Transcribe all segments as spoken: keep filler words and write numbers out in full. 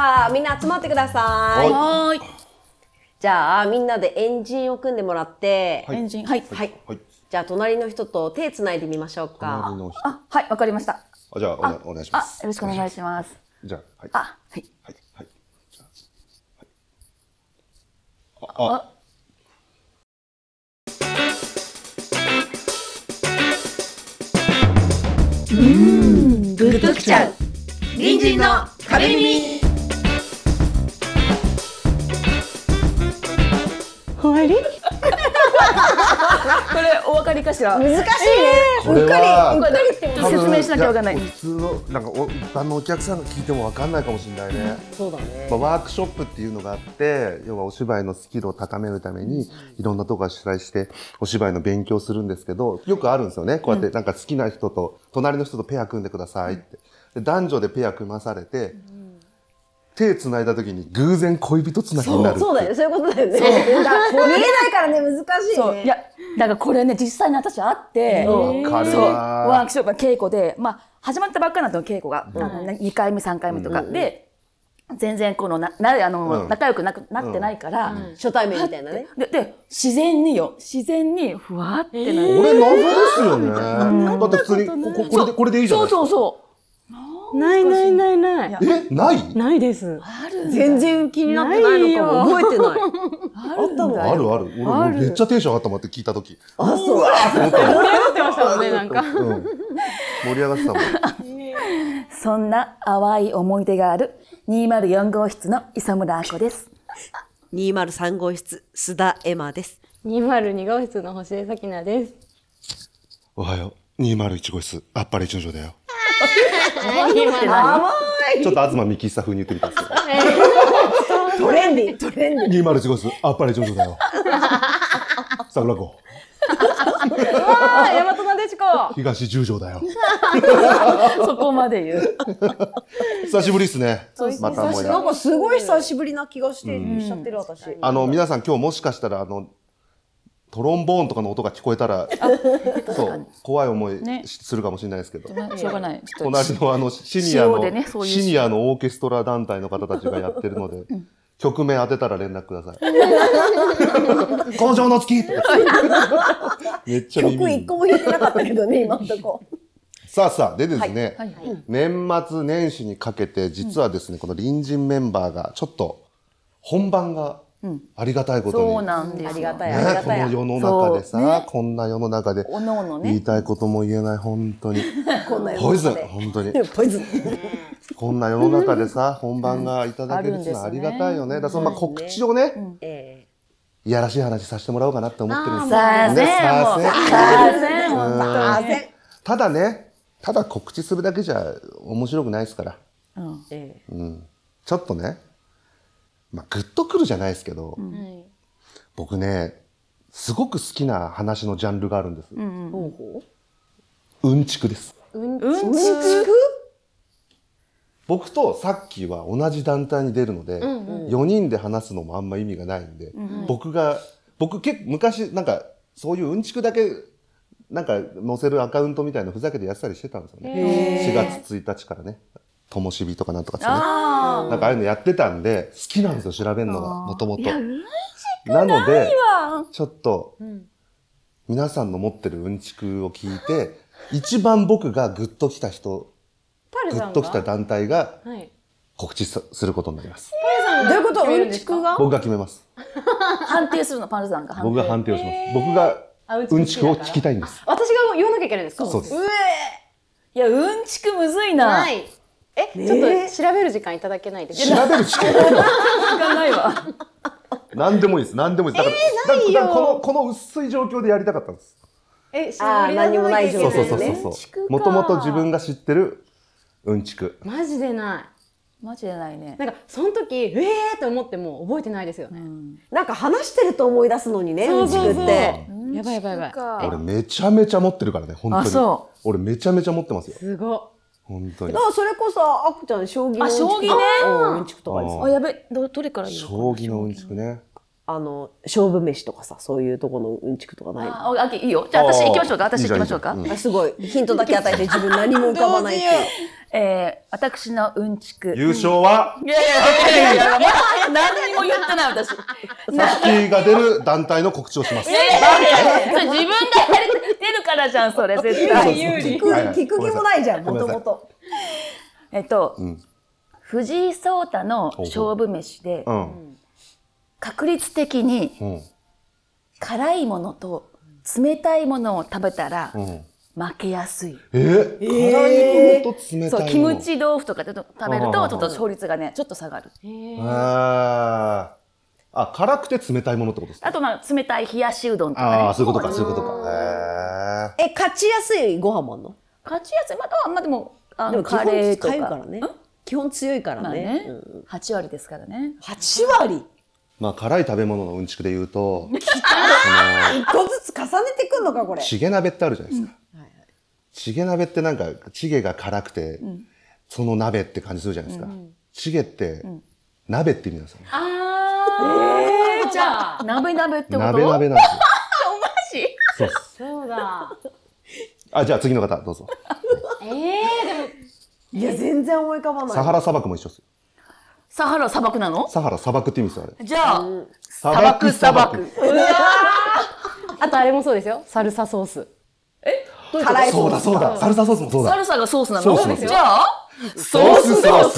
ゃあみんな集まってください。 はーい。 じゃあみんなでエンジンを組んでもらって、 エンジン、はい。 はい。じゃあ隣の人と手つないでみましょうか。 隣の人。 あ、はい、わかりました。 あ、じゃあお願いします。 あ、よろしくお願いします。 じゃあ、はい。 あ、はい。 はいはいじゃあはい。あ、あ。 うーん、グッときちゃう。隣人の壁耳。 終わり？ これお分かりかしら。 難しいね。 これはこれ説明しなきゃわかんない。 普通のなんかお一般のお客さんが聞いてもわかんないかもしれないね。 そうだね。 まあ、ワークショップっていうのがあって、要はお芝居のスキルを高めるためにいろんなとこから主催してお芝居の勉強するんですけど、よくあるんですよね。こうやってなんか好きな人と隣の人とペア組んでくださいって。で男女でペア組まされて。手つないだ時に偶然恋人つなぎになる。 そうだよね、そういうことだよね。見えないからね、難しいね。 いや、だからこれね、実際に私会って、 わかるそう、 わワークショップの稽古で、まあ、始まったばっかりなんだよ、稽古が。あのにかいめ、さんかいめとか。で、全然この、な、な、あの、仲良くなくなってないから、 初対面みたいなね。 で、で、自然によ、自然に、ふわってなる。 俺謎ですよね。だって普通に、ここ、これで、これでいいじゃないですか。 そうそうそう。 ないないないない。 え、ないないです。 ある。 全然気になってないのかも。覚えてない。あったの？ あるある。俺めっちゃテンション上がったもんって聞いたとき。 あ、そう。 盛り上がってましたもんね、なんか。 うん。盛り上がってたもん。 そんな淡い思い出があるにひゃくよん号室の磯村あこです。 にひゃくさん号室、須田エマです。 にひゃくに号室の星出咲菜です。 おはよう。にひゃくいち号室、あっぱれ順調だよ。 甘い。 ちょっと東幹久風に言ってみたんですよ。 トレンディー、トレンディー。 にひゃくいち号室、あっぱれ順調だよ。桜子。 わあ、大和なでしこ。 東十条だよ。 そこまで言う。 久しぶりっすね。またもや。 なんかすごい久しぶりな気がしてしちゃってる私。 あの皆さん今日もしかしたらあのトロンボーンとかの音が聞こえたら、そう怖い思いするかもしれないですけど。 しょうがない。 隣のあのシニアのね、ううシニアのオーケストラ団体の方たちがやってるので、うん、曲名当てたら連絡ください。工場の月とか。めっちゃ耳曲一個も弾いてなかったけどね今のとこ。 さあさあでですね、 はいはいはい、 年末年始にかけて実はですね、うん、この隣人メンバーがちょっと本番がありがたいことに、 そうなんですよ。ありがたい、 ね、 ありがたい。 この世の中でさ、ね、こんな世の中でおのおのね、 言いたいことも言えない本当にこんなポイズン本当にポイズンこんな世の中でさ本番がいただけるってのはありがたいよね。だからそのまあ告知をね、うんえー、いやらしい話させてもらおうかなって思ってるんですよ。 さあせん、さあせん、本当に。 ただね、ただ告知するだけじゃ面白くないですから、うんえーうん、ちょっとね、まあグッとくるじゃないですけど。うん僕ね、すごく好きな話のジャンルがあるんです。うんうん、うんちくです。 うんちく？ 僕とさっきは同じ団体に出るので、うんうん、よにんで話すのもあんま意味がないんで、うんうん、僕が、僕結構昔なんかそういううんちくだけなんか載せるアカウントみたいなのふざけてやってたりしてたんですよね。しがつついたちからね。ともしびとかなんとかってね。なんかああいうのやってたんで、好きなんですよ、調べるのが、もともと。なので、ちょっと、皆さんの持ってるうんちくを聞いて、一番僕がグッときた人、グッときた団体が告知することになります。 どういうこと？うんちくが？ 僕が決めます。 判定するの、パルさんが。 僕が判定をします。僕がうんちくを聞きたいんです。 私が言わなきゃいけないんですか？ そうです。 いや、うんちくむずいな。 ない。え、ちょっと調べる時間いただけないですか？調べる時間時間ないわ。 何でもいいです。何でもいいです。だから、えー、だからこのこの薄い状況でやりたかったんです。 え、あー、何もない状況でね。そうそうそうそう。もともと自分が知ってるうんちく。 マジでない。 マジでないね。 なんかその時ええーと思っても覚えてないですよね。うん、 なんか話してると思い出すのにね、うんちくって。 やばいやばいやばい。 俺めちゃめちゃ持ってるからね、本当に。あ、そう。俺めちゃめちゃ持ってますよ。 すごい。 本当に。 だからそれこそあこちゃん将棋のうんちく。 あ、将棋ね。 うんちくとかです。 あ、やべ、どどれから言うの？ 将棋のうんちくね。 あの勝負飯とかさ、そういうとこのうんちくとかないの？ あ、あ、いいよ。じゃあ私行きましょうか。私行きましょうか。 いいじゃんいいあ、すごいヒントだけ与えて自分何も浮かばないっていう。 えー、私のうんちく。 優勝は、 いやいやいやいやいや、何にも言ってない私。 さっきが出る団体の告知をします。 いやいやいやいや、自分がやれ出るからじゃん、それ、絶対。 聞く、 はいはい聞く気もないじゃん、もごめんなさいともと。 えっと、 ん藤井聡太の勝負飯で、 うん。 確率的にうん。 辛いものと冷たいものを食べたらうん。 負けやすい。 え辛いものと冷たいもの。 そう、キムチ豆腐とかで食べるあーとちょっと勝率がね、ちょっと下がる。 あーあ、辛くて冷たいものってことですか？ あとまあ冷たい冷やしうどんとかああ、 ね。 そういうことか、そういうことか。へえ、勝ちやすいご飯もあんの？ 勝ちやすい。またまあでもあのでも基本カレーと強いかからね。基本強いからね。 まあねうん、 はち割ですからね。 はち割。 まあ、辛い食べ物のうんちくで言うと、 一個ずつ重ねてくんのかこれ。 チゲ鍋ってあるじゃないですか。チゲ鍋ってなんか、チゲが辛くて、その鍋って感じするじゃないですか。チゲって、鍋って意味なんですよね。 あー、じゃあ鍋鍋ってこと？ 鍋鍋なんですよ。 マジ？ そうっす。 そうだ。 あ、じゃあ次の方、どうぞ。 えー、でもいや全然思い浮かばない。 サハラ砂漠も一緒ですよ。 サハラ砂漠なの？ サハラ砂漠って意味ですよ、あれ。 じゃあ、 砂砂漠砂漠。 あとあれもそうですよ。サルサソース。 辛いそうだそうだ、サルサソースもそうだ。 サルサがソースなの？ ソースなんですよじゃあ、 ソースソース。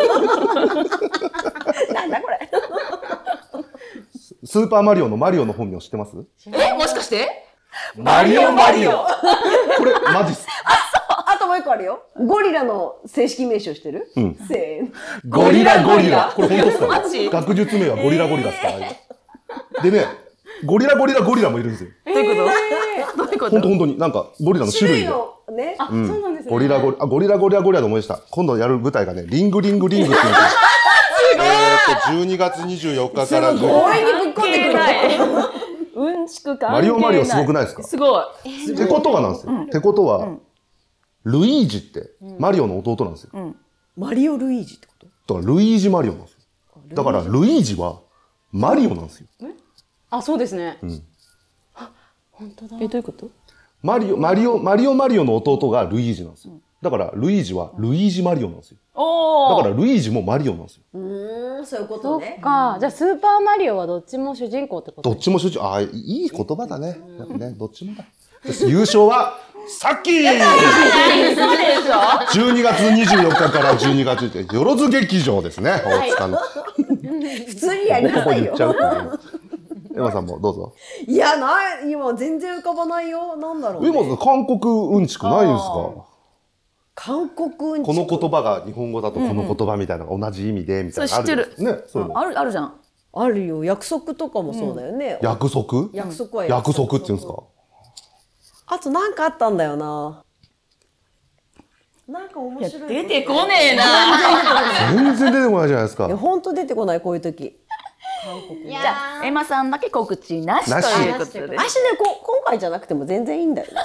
なんだこれ。 スーパーマリオのマリオの本名知ってます？ え、もしかしてマリオマリオ。これマジっす。 あともう一個あるよ。ゴリラの正式名称してる？ うんせーの。 ゴリラゴリラ。これ本当っすかマジら。学術名はゴリラゴリラっすから。でね、ゴリラゴリラゴリラもいるんですよ。 どういうこと？どういうこと？ 本当本当になんかゴリラの種類で。 のね。 あ、 うんそうなんですね。 ゴリラゴリあゴリラゴリラゴリラで思い出した。今度やる舞台がね、リングリングリングっていうんですよ。えーとじゅうにがつにじゅうよっかから強引にぶっ込んでくる。 うんちく関係ない。 マリオマリオすごくないですか？ すごい。 ってことはなんですよ。ってことは、ルイージってマリオの弟なんですよ。 マリオ・ルイージってこと？ だからルイージマリオなんですよ。だからルイージはマリオなんですよ。 あ、そうですね。 ん本当だ。 え、どういうこと？ マリオ、マリオ、マリオマリオの弟がルイージなんですよ。だからルイージはルイージマリオなんですよ。 おー。 だからルイージもマリオなんですよ。 うーん、そういうこそっとね。 か。じゃあスーパーマリオはどっちも主人公ってこと？ どっちも主人、ああ、いい言葉だね。やっぱね、どっちもだ。優勝は、さっきそうでしょ？ じゅうにがつにじゅうよっかからじゅうにがつで、よろず劇場ですね、大塚の。 普通にやりなさいよここ言っち。ゃうっていう。エマさんもどうぞ。 いや、ない、今全然浮かばないよ。なんだろう、ね。 エマさん、韓国うんちくないんですか？ 韓国うんちこの言葉が日本語だとこの言葉みたいなのが同じ意味でみたいなのあるじゃないですかね。そういうの。 あるあるじゃん。 あるよ。約束とかもそうだよね。 約束？ 約束は約束って言うんですか？ あとなんかあったんだよな。なんか面白い。 出てこねえな。 全然出てこないじゃないですかいや、。ほんと出てこない、こういう時。韓国。 じゃあエマさんだけ告知なしとなしいうことで。 あしね、こ今回じゃなくても全然いいんだよね。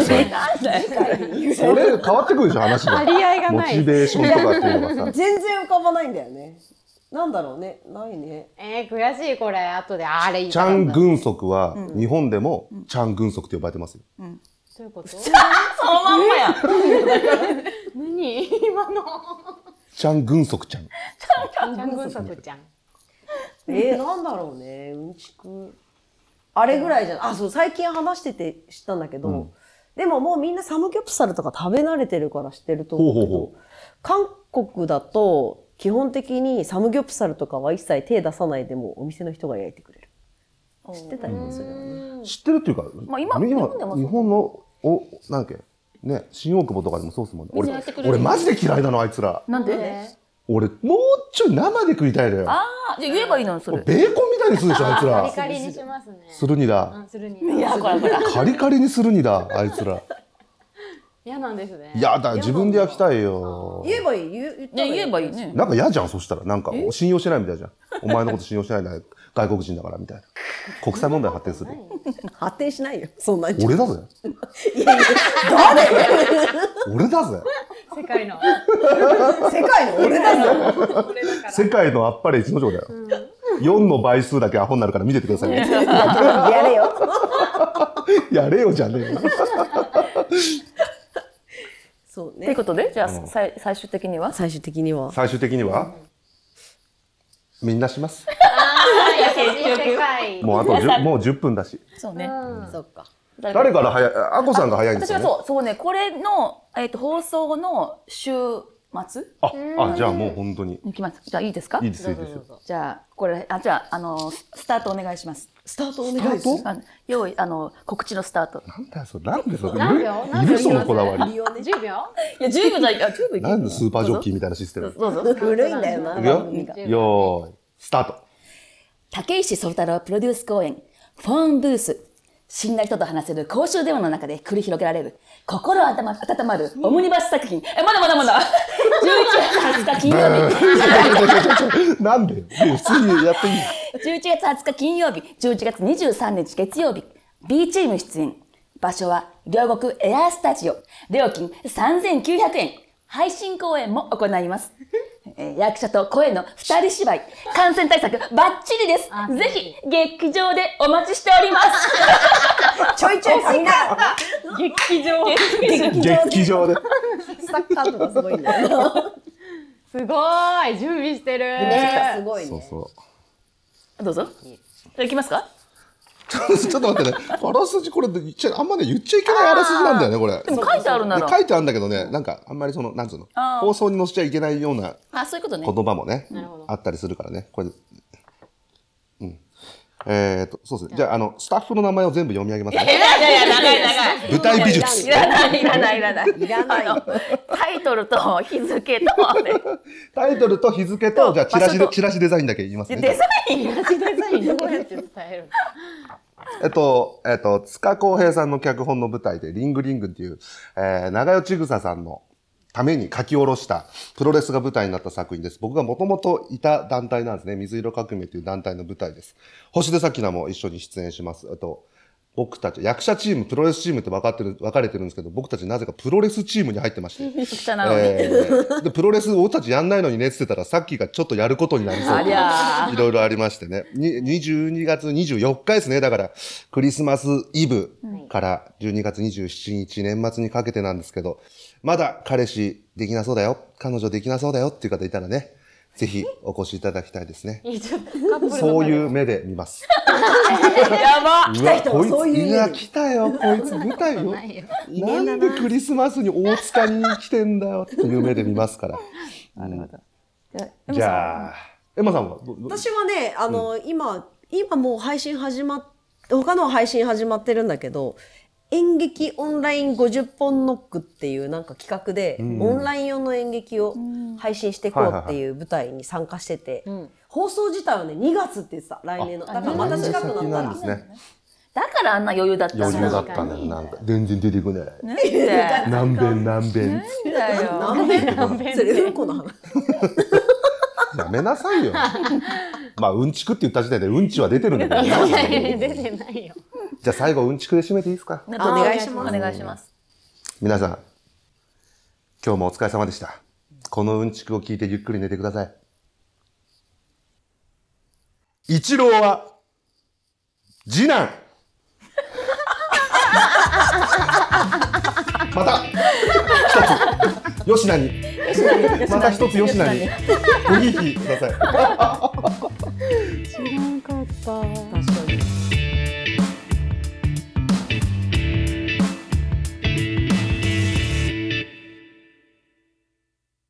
それ変わってくるでしょ、話が。 張り合いがないモチベーションとかっていうのがさ。 全然浮かばないんだよね。なんだろうね。ないね。 えー、悔しいこれ。後であれ言いチャン・たかった。 グンソクは日本でもチャン・グンソクって呼ばれてますよ。 どういうこと？ そのまんまやん。 何今の？ チャン・グンソクちゃん。 チャングンソクちゃん。 えー、なんだろうね。うんちく。あれぐらいじゃん。あ、そう、最近話してて知ったんだけど、 うんでももうみんなサムギョプサルとか食べ慣れてるから知ってると思うけど、 ほうほうほ韓国だと基本的にサムギョプサルとかは一切手出さないでもお店の人が焼いてくれる。知ってたよね、それはね。 知ってるっていうか、 まあ今今日本でもそう日本の、お、なんだっけ、ね、新大久保とかでもそうっすもんね。俺みんなやってくれ、る俺マジで嫌いなの、あいつら。 なんで？ ね俺、もうちょい生で食いたいのよ。 ああ、じゃあ言えばいいのそれ。 ベーコンみたいにするでしょ、あいつカリら。 カリにしますね。 するにうだ。 ん、するに。 いやこれこれ。 カリカリにするにだ、あいつら。 嫌なんですね。 いやだ、自分で焼きたいよ。 言えばいい、言言ったらね言えばいいね。 なんか嫌じゃん、そしたら。なんか、信用してないみたいじゃん。お前のこと信用してないんだよ。外国人だから、みたいな。国際問題発展する。 発展しないよ、そんなんじゃ。 俺だぜ。 いやいや、誰俺だぜ。 世界の。 世界の俺だぞ。 世界のあっぱれ一の城だよ。 よんの倍数だけアホになるから見ててくださいね。 やれよ。 やれよじゃねえよ。 そうね。 ということで、じゃあ、さい最終的には最終的には。 最終的にはみんなします。もうあとじゅうもうじゅっぷんだし。 そうね。 そっか。 誰から早い？あこさんが早いんですよね。 私はそう、そうね、これの、えっと、放送の週末あ、あ、じゃあもう本当にいきます。じゃあいいですか？ いいですいいですよ。 じゃあ、これ、あ、じゃあ、あの、スタートお願いします。 スタートお願いします。 あの用意、あの、告知のスタート。 なんだよそれ、なんでそれ、 何秒何秒いるそのこだわり。 じゅうびょいや、じゅうびょうだ、いや、じゅうびょういけるなんでスーパージョッキーみたいなシステム。 どうぞ。 古いんだよな。 いくよ番組が。 よーい、スタート。 竹石宗太郎プロデュース公演、フォンブース。死んだ人と話せる公衆電話の中で繰り広げられる心温ま温まるオムニバス作品。え、まだまだまだ。じゅういちがつはつか金曜日。 なんで普通にやっていい。 じゅういちがつはつか金曜日、じゅういちがつにじゅうさんにち月曜日、B チーム出演。場所は両国エアースタジオ。料金さんぜんきゅうひゃくえん。配信公演も行います。えー役者と声の二人芝居。感染対策バッチリです。ぜひ劇場でお待ちしております。 ちょいちょいみんな劇場劇場で。 サッカーとかすごいんだよ。 すごい準備してるね、すごいね。 そうそう。 どうぞ。いきますか？ ちょっと待ってね。あらすじこれ言っちゃあんまね言っちゃいけないあらすじなんだよねこれ。 でも書いてあるなら。 書いてあるんだけどね、なんかあんまりそのなんつうのあー放送に載せちゃいけないようなあ、そういうことね。 言葉もねなるほどあったりするからね。これ、うん。えーとそうですね。じゃああのスタッフの名前を全部読み上げますいやいね。 やいや、長い長い。 舞台美術。 いらないいらないいらない。 いらないあのタイトルと日付と、ね、 タイトルと日付とじゃあチラシで場所とチラシデザインだけ言いますね。 デザイン。 デザインどうやって伝えるのえっと、えっと、塚公平さんの脚本の舞台で、リングリングっていう、えー、長与千草さんのために書き下ろしたプロレスが舞台になった作品です。僕がもともといた団体なんですね。水色革命という団体の舞台です。星出咲菜も一緒に出演します。あと、僕たち、役者チーム、プロレスチームって分かってる、分かれてるんですけど、僕たちなぜかプロレスチームに入ってまして。 役者なのに。 えーで、プロレス俺たちやんないのにねって言ってたら、さっきがちょっとやることになりそうありゃーいろいろありましてね。ににじゅうにがつにじゅうよっかですね。だから、クリスマスイブからじゅうにがつにじゅうしちにち、年末にかけてなんですけど、まだ彼氏できなそうだよ、彼女できなそうだよっていう方いたらね、ぜひお越しいただきたいですね。 いいちょっとカップルとかでそういう目で見ます。 やば。 うわ、 人はこいつ、 そういう目でいや、来たよ、こいつ、舞台よ。 ないよいねえなんでクリスマスに大塚に来てんだよっていう目で見ますから。 なるほど。じゃあ、 じゃあ、エマさんはどど私はね、あの、今、今もう配信始まっ、他のは配信始まってるんだけど、演劇オンラインごじゅっぽんノックっていうなんか企画で、オンライン用の演劇を配信していこうっていう舞台に参加してて、放送自体はね、にがつって言ってた、来年の。だからまた近くなった先なんらですね。 だからあんな余裕だったんだ。 余裕だったんだよ。なんか全然出てこない。 なんで何遍何遍。 だよ。 何遍何遍それうんこの話。 やめなさいよ。まあうんちくって言った時点でうんちは出てるんだけどね。 出てないよじゃあ最後うんちくで締めていいですか。 お願いしますお願いします。 皆さん、今日もお疲れ様でした。このうんちくを聞いてゆっくり寝てください。一郎は次男。また一つ吉名に。また一つ吉名に。ごひいきください。